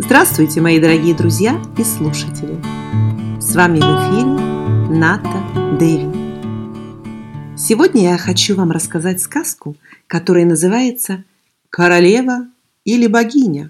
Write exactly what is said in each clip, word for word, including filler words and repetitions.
Здравствуйте, мои дорогие друзья и слушатели! С вами в эфире Ната Деви. Сегодня я хочу вам рассказать сказку, которая называется «Королева или богиня».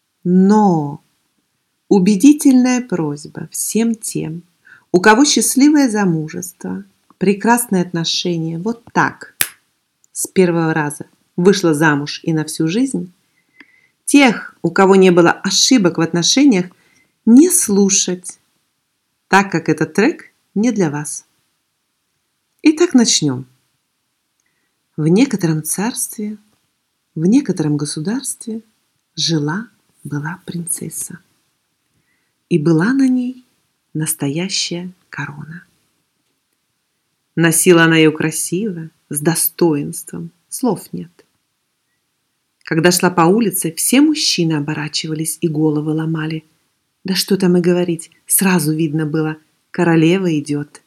Но убедительная просьба всем тем, у кого счастливое замужество, прекрасные отношения, вот так, с первого раза вышла замуж и на всю жизнь, тех, у кого не было ошибок в отношениях, не слушать, так как этот трек не для вас. Итак, начнем. В некотором царстве, в некотором государстве жила-была принцесса. И была на ней настоящая корона. Носила она ее красиво, с достоинством, слов нет. Когда шла по улице, все мужчины оборачивались и головы ломали. Да что там и говорить, сразу видно было, королева идет.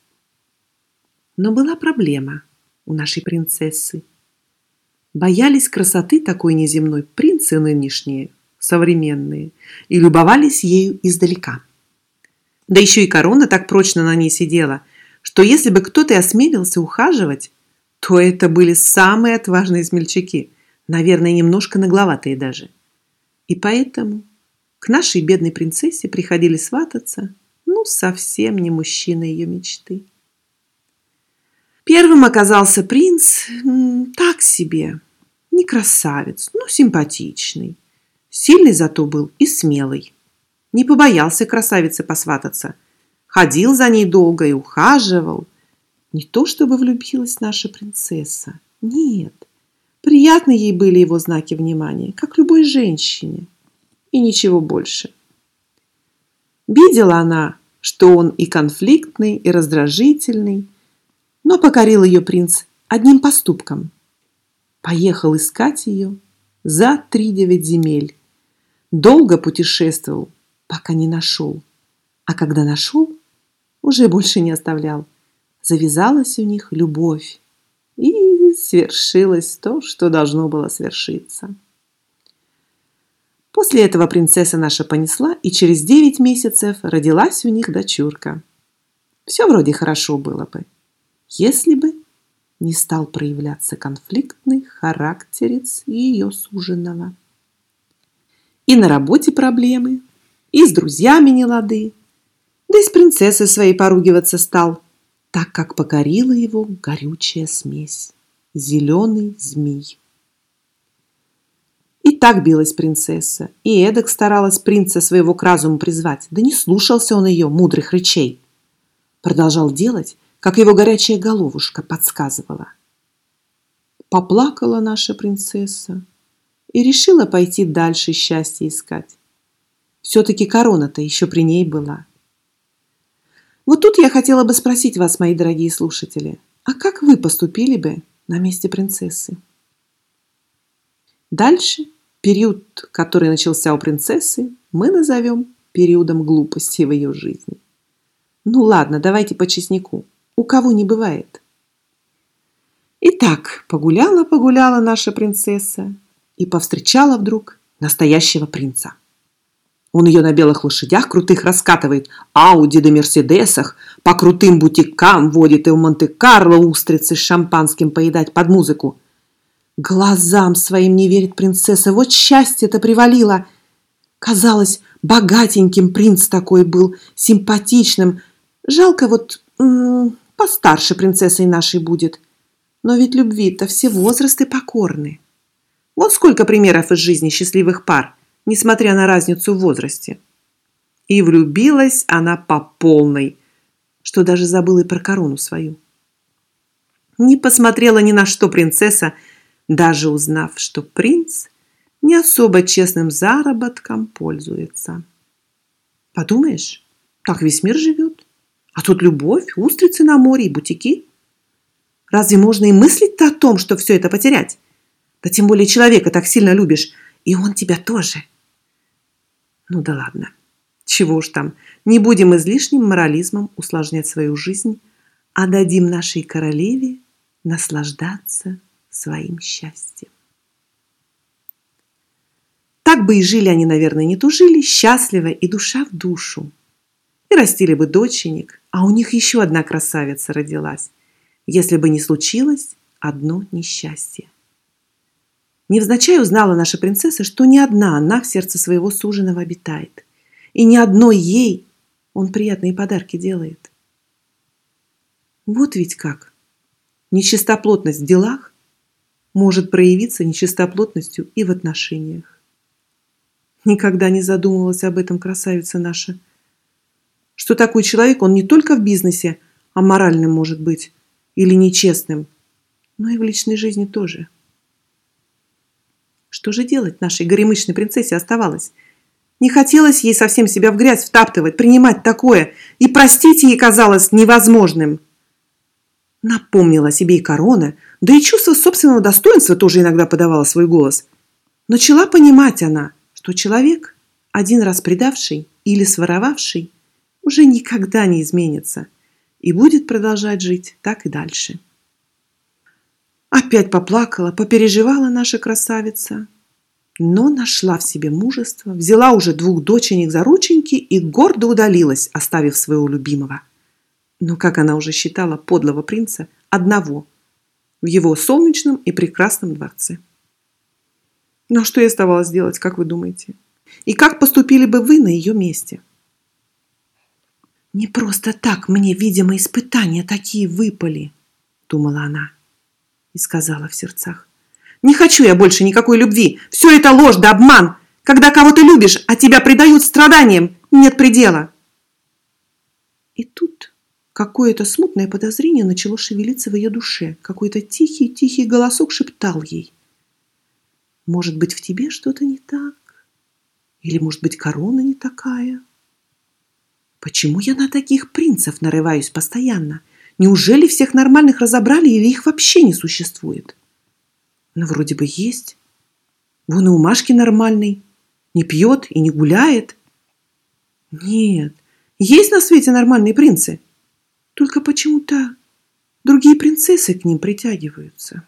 Но была проблема у нашей принцессы. Боялись красоты такой неземной принцы нынешние, современные, и любовались ею издалека. Да еще и корона так прочно на ней сидела, что если бы кто-то и осмелился ухаживать, то это были самые отважные смельчаки, наверное, немножко нагловатые даже. И поэтому к нашей бедной принцессе приходили свататься, ну, совсем не мужчина ее мечты. Первым оказался принц м, так себе, не красавец, но симпатичный. Сильный зато был и смелый. Не побоялся красавице посвататься. Ходил за ней долго и ухаживал. Не то чтобы влюбилась наша принцесса, нет. Приятны ей были его знаки внимания, как любой женщине, и ничего больше. Видела она, что он и конфликтный, и раздражительный, но покорил ее принц одним поступком. Поехал искать ее за три девять земель. Долго путешествовал, пока не нашел, а когда нашел, уже больше не оставлял. Завязалась у них любовь. И свершилось то, что должно было свершиться. После этого принцесса наша понесла, и через девять месяцев родилась у них дочурка. Все вроде хорошо было бы, если бы не стал проявляться конфликтный характерец ее суженого. И на работе проблемы, и с друзьями нелады, да и с принцессой своей поругиваться стал, так как покорила его горючая смесь – зеленый змей. И так билась принцесса, и эдак старалась принца своего к разуму призвать, да не слушался он ее мудрых речей. Продолжал делать, как его горячая головушка подсказывала. Поплакала наша принцесса и решила пойти дальше счастья искать. Все-таки корона-то еще при ней была. Вот тут я хотела бы спросить вас, мои дорогие слушатели, а как вы поступили бы на месте принцессы? Дальше период, который начался у принцессы, мы назовем периодом глупости в ее жизни. Ну ладно, давайте по чесноку. У кого не бывает? Итак, погуляла-погуляла наша принцесса и повстречала вдруг настоящего принца. Он ее на белых лошадях крутых раскатывает, Ауди да Мерседесах, по крутым бутикам водит и в Монте-Карло устрицы с шампанским поедать под музыку. Глазам своим не верит принцесса, вот счастье-то привалило. Казалось, богатеньким принц такой был, симпатичным. Жалко вот м-м, постарше принцессой нашей будет. Но ведь любви-то все возрасты покорны. Вот сколько примеров из жизни счастливых пар, несмотря на разницу в возрасте. И влюбилась она по полной, что даже забыла и про корону свою. Не посмотрела ни на что принцесса, даже узнав, что принц не особо честным заработком пользуется. Подумаешь, так весь мир живет. А тут любовь, устрицы на море и бутики. Разве можно и мыслить-то о том, что все это потерять? Да тем более человека так сильно любишь, и он тебя тоже. Ну да ладно, чего уж там, не будем излишним морализмом усложнять свою жизнь, а дадим нашей королеве наслаждаться своим счастьем. Так бы и жили они, наверное, не тужили, счастливо и душа в душу. И растили бы доченек, а у них еще одна красавица родилась, если бы не случилось одно несчастье. Невзначай узнала наша принцесса, что не одна она в сердце своего суженого обитает, и ни одной ей он приятные подарки делает. Вот ведь как! Нечистоплотность в делах может проявиться нечистоплотностью и в отношениях. Никогда не задумывалась об этом красавица наша, что такой человек, он не только в бизнесе аморальным может быть или нечестным, но и в личной жизни тоже. Что же делать нашей горемычной принцессе оставалось? Не хотелось ей совсем себя в грязь втаптывать, принимать такое, и простить ей казалось невозможным. Напомнила себе и корона, да и чувство собственного достоинства тоже иногда подавало свой голос. Начала понимать она, что человек, один раз предавший или своровавший, уже никогда не изменится и будет продолжать жить так и дальше. Опять поплакала, попереживала наша красавица, но нашла в себе мужество, взяла уже двух доченек за рученьки и гордо удалилась, оставив своего любимого. Но, как она уже считала, подлого принца одного в его солнечном и прекрасном дворце. Ну, а что ей оставалось делать, как вы думаете? И как поступили бы вы на ее месте? «Не просто так мне, видимо, испытания такие выпали», — думала она и сказала в сердцах. «Не хочу я больше никакой любви. Все это ложь да обман. Когда кого-то любишь, а тебя предают страданиям, нет предела». И тут какое-то смутное подозрение начало шевелиться в ее душе. Какой-то тихий-тихий голосок шептал ей: «Может быть, в тебе что-то не так? Или, может быть, корона не такая? Почему я на таких принцев нарываюсь постоянно? Неужели всех нормальных разобрали или их вообще не существует? Но вроде бы есть. Вон и у Машки нормальный. Не пьет и не гуляет. Нет, есть на свете нормальные принцы. Только почему-то другие принцессы к ним притягиваются».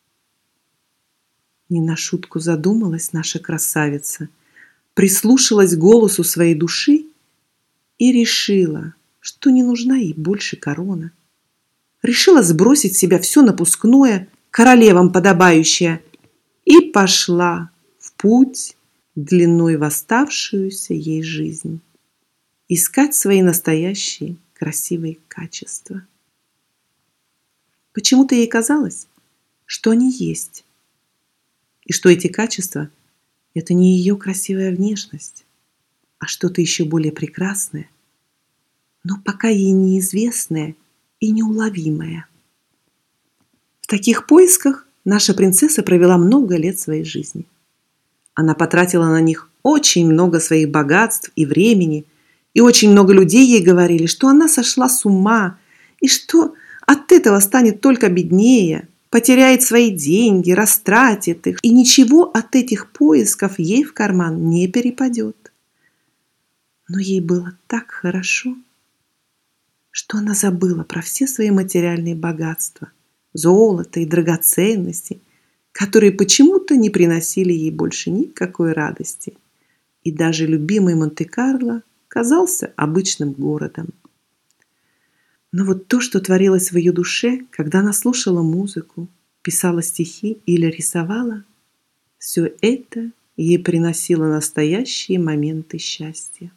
Не на шутку задумалась наша красавица, прислушалась к голосу своей души и решила, что не нужна ей больше корона. Решила сбросить с себя все напускное, королевам подобающее, и пошла в путь длиной в оставшуюся ей жизнь, искать свои настоящие красивые качества. Почему-то ей казалось, что они есть, и что эти качества – это не ее красивая внешность, а что-то еще более прекрасное, но пока ей неизвестное и неуловимое. В таких поисках наша принцесса провела много лет своей жизни. Она потратила на них очень много своих богатств и времени, и очень много людей ей говорили, что она сошла с ума, и что от этого станет только беднее, потеряет свои деньги, растратит их, и ничего от этих поисков ей в карман не перепадет. Но ей было так хорошо, что она забыла про все свои материальные богатства, золото и драгоценности, которые почему-то не приносили ей больше никакой радости. И даже любимый Монте-Карло казался обычным городом. Но вот то, что творилось в ее душе, когда она слушала музыку, писала стихи или рисовала, все это ей приносило настоящие моменты счастья.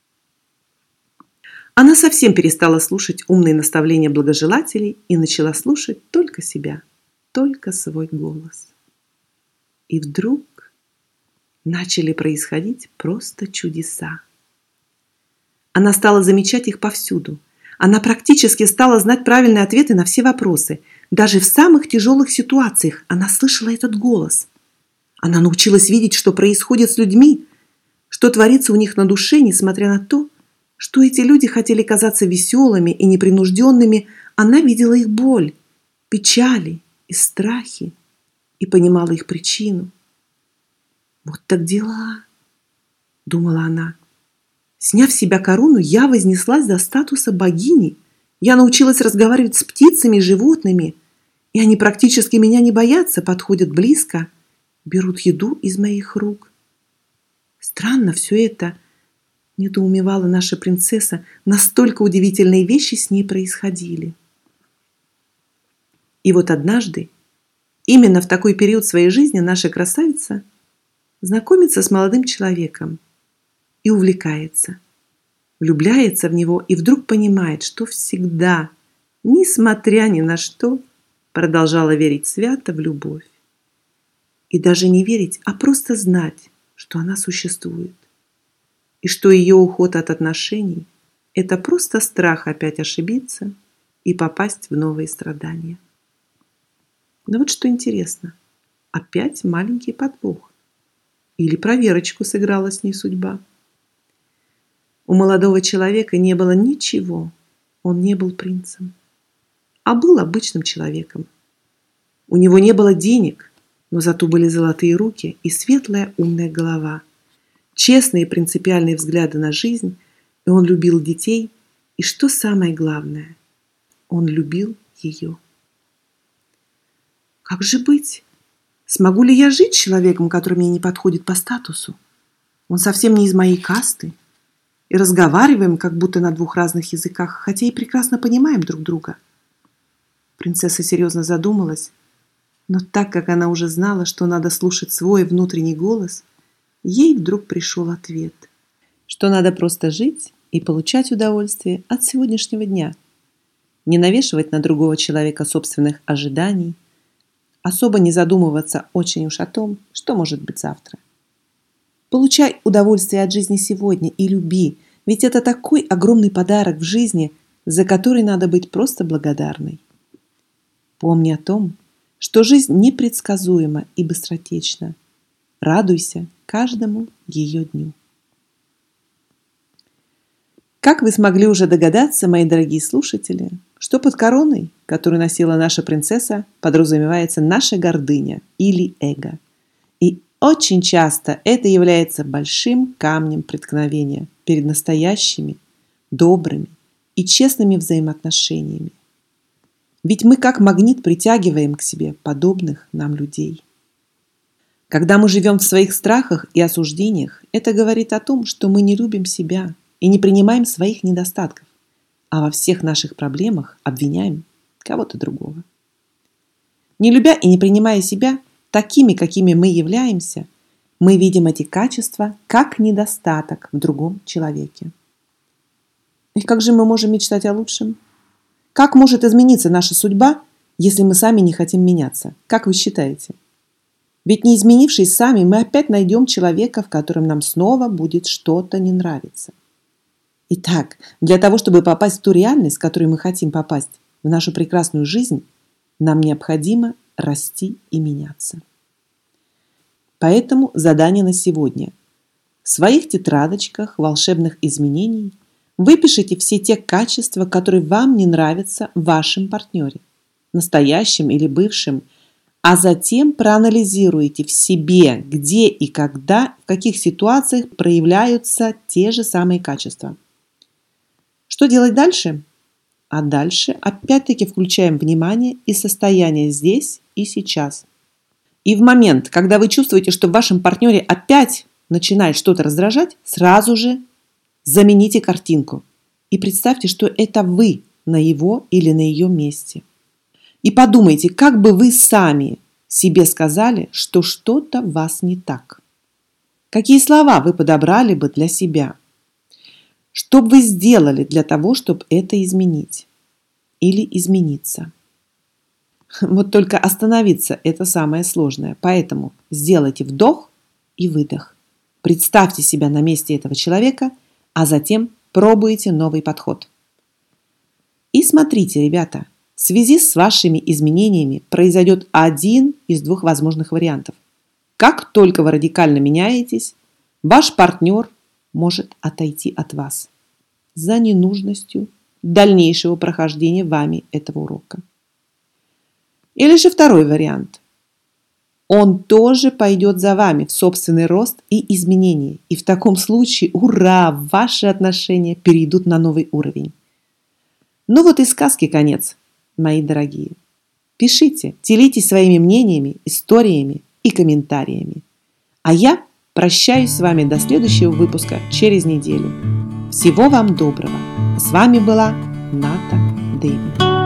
Она совсем перестала слушать умные наставления благожелателей и начала слушать только себя, только свой голос. И вдруг начали происходить просто чудеса. Она стала замечать их повсюду. Она практически стала знать правильные ответы на все вопросы. Даже в самых тяжелых ситуациях она слышала этот голос. Она научилась видеть, что происходит с людьми, что творится у них на душе, несмотря на то, что эти люди хотели казаться веселыми и непринужденными. Она видела их боль, печали и страхи и понимала их причину. «Вот так дела», — думала она. Сняв с себя корону, я вознеслась до статуса богини. Я научилась разговаривать с птицами и животными, и они практически меня не боятся, подходят близко, берут еду из моих рук. Странно все это, недоумевала наша принцесса, настолько удивительные вещи с ней происходили. И вот однажды, именно в такой период своей жизни наша красавица знакомится с молодым человеком и увлекается, влюбляется в него и вдруг понимает, что всегда, несмотря ни на что, продолжала верить свято в любовь. И даже не верить, а просто знать, что она существует. И что ее уход от отношений – это просто страх опять ошибиться и попасть в новые страдания. Но вот что интересно, опять маленький подвох. Или проверочку сыграла с ней судьба. У молодого человека не было ничего, он не был принцем, а был обычным человеком. У него не было денег, но зато были золотые руки и светлая умная голова, честные и принципиальные взгляды на жизнь, и он любил детей, и, что самое главное, он любил ее. Как же быть? Смогу ли я жить с человеком, который мне не подходит по статусу? Он совсем не из моей касты. И разговариваем, как будто на двух разных языках, хотя и прекрасно понимаем друг друга. Принцесса серьезно задумалась, но так как она уже знала, что надо слушать свой внутренний голос, ей вдруг пришел ответ, что надо просто жить и получать удовольствие от сегодняшнего дня, не навешивать на другого человека собственных ожиданий, особо не задумываться очень уж о том, что может быть завтра. Получай удовольствие от жизни сегодня и люби, ведь это такой огромный подарок в жизни, за который надо быть просто благодарной. Помни о том, что жизнь непредсказуема и быстротечна. Радуйся каждому ее дню. Как вы смогли уже догадаться, мои дорогие слушатели, что под короной, которую носила наша принцесса, подразумевается наша гордыня или эго. И очень часто это является большим камнем преткновения перед настоящими, добрыми и честными взаимоотношениями. Ведь мы как магнит притягиваем к себе подобных нам людей. Когда мы живем в своих страхах и осуждениях, это говорит о том, что мы не любим себя и не принимаем своих недостатков, а во всех наших проблемах обвиняем кого-то другого. Не любя и не принимая себя такими, какими мы являемся, мы видим эти качества как недостаток в другом человеке. И как же мы можем мечтать о лучшем? Как может измениться наша судьба, если мы сами не хотим меняться? Как вы считаете? Ведь не изменившись сами, мы опять найдем человека, в котором нам снова будет что-то не нравиться. Итак, для того, чтобы попасть в ту реальность, в которую мы хотим попасть, в нашу прекрасную жизнь, нам необходимо расти и меняться. Поэтому задание на сегодня. В своих тетрадочках волшебных изменений выпишите все те качества, которые вам не нравятся в вашем партнере, настоящем или бывшем, а затем проанализируйте в себе, где и когда, в каких ситуациях проявляются те же самые качества. Что делать дальше? А дальше опять-таки включаем внимание и состояние здесь и сейчас. И в момент, когда вы чувствуете, что в вашем партнере опять начинает что-то раздражать, сразу же замените картинку и представьте, что это вы на его или на ее месте. И подумайте, как бы вы сами себе сказали, что что-то в вас не так. Какие слова вы подобрали бы для себя? Что бы вы сделали для того, чтобы это изменить? Или измениться? Вот только остановиться – это самое сложное. Поэтому сделайте вдох и выдох. Представьте себя на месте этого человека, а затем пробуйте новый подход. И смотрите, ребята, в связи с вашими изменениями произойдет один из двух возможных вариантов. Как только вы радикально меняетесь, ваш партнер может отойти от вас за ненужностью дальнейшего прохождения вами этого урока. Или же второй вариант. Он тоже пойдет за вами в собственный рост и изменения. И в таком случае, ура, ваши отношения перейдут на новый уровень. Ну вот и сказки конец, мои дорогие. Пишите, делитесь своими мнениями, историями и комментариями. А я Прощаюсь с вами до следующего выпуска через неделю. Всего вам доброго. С вами была Ната Дэви.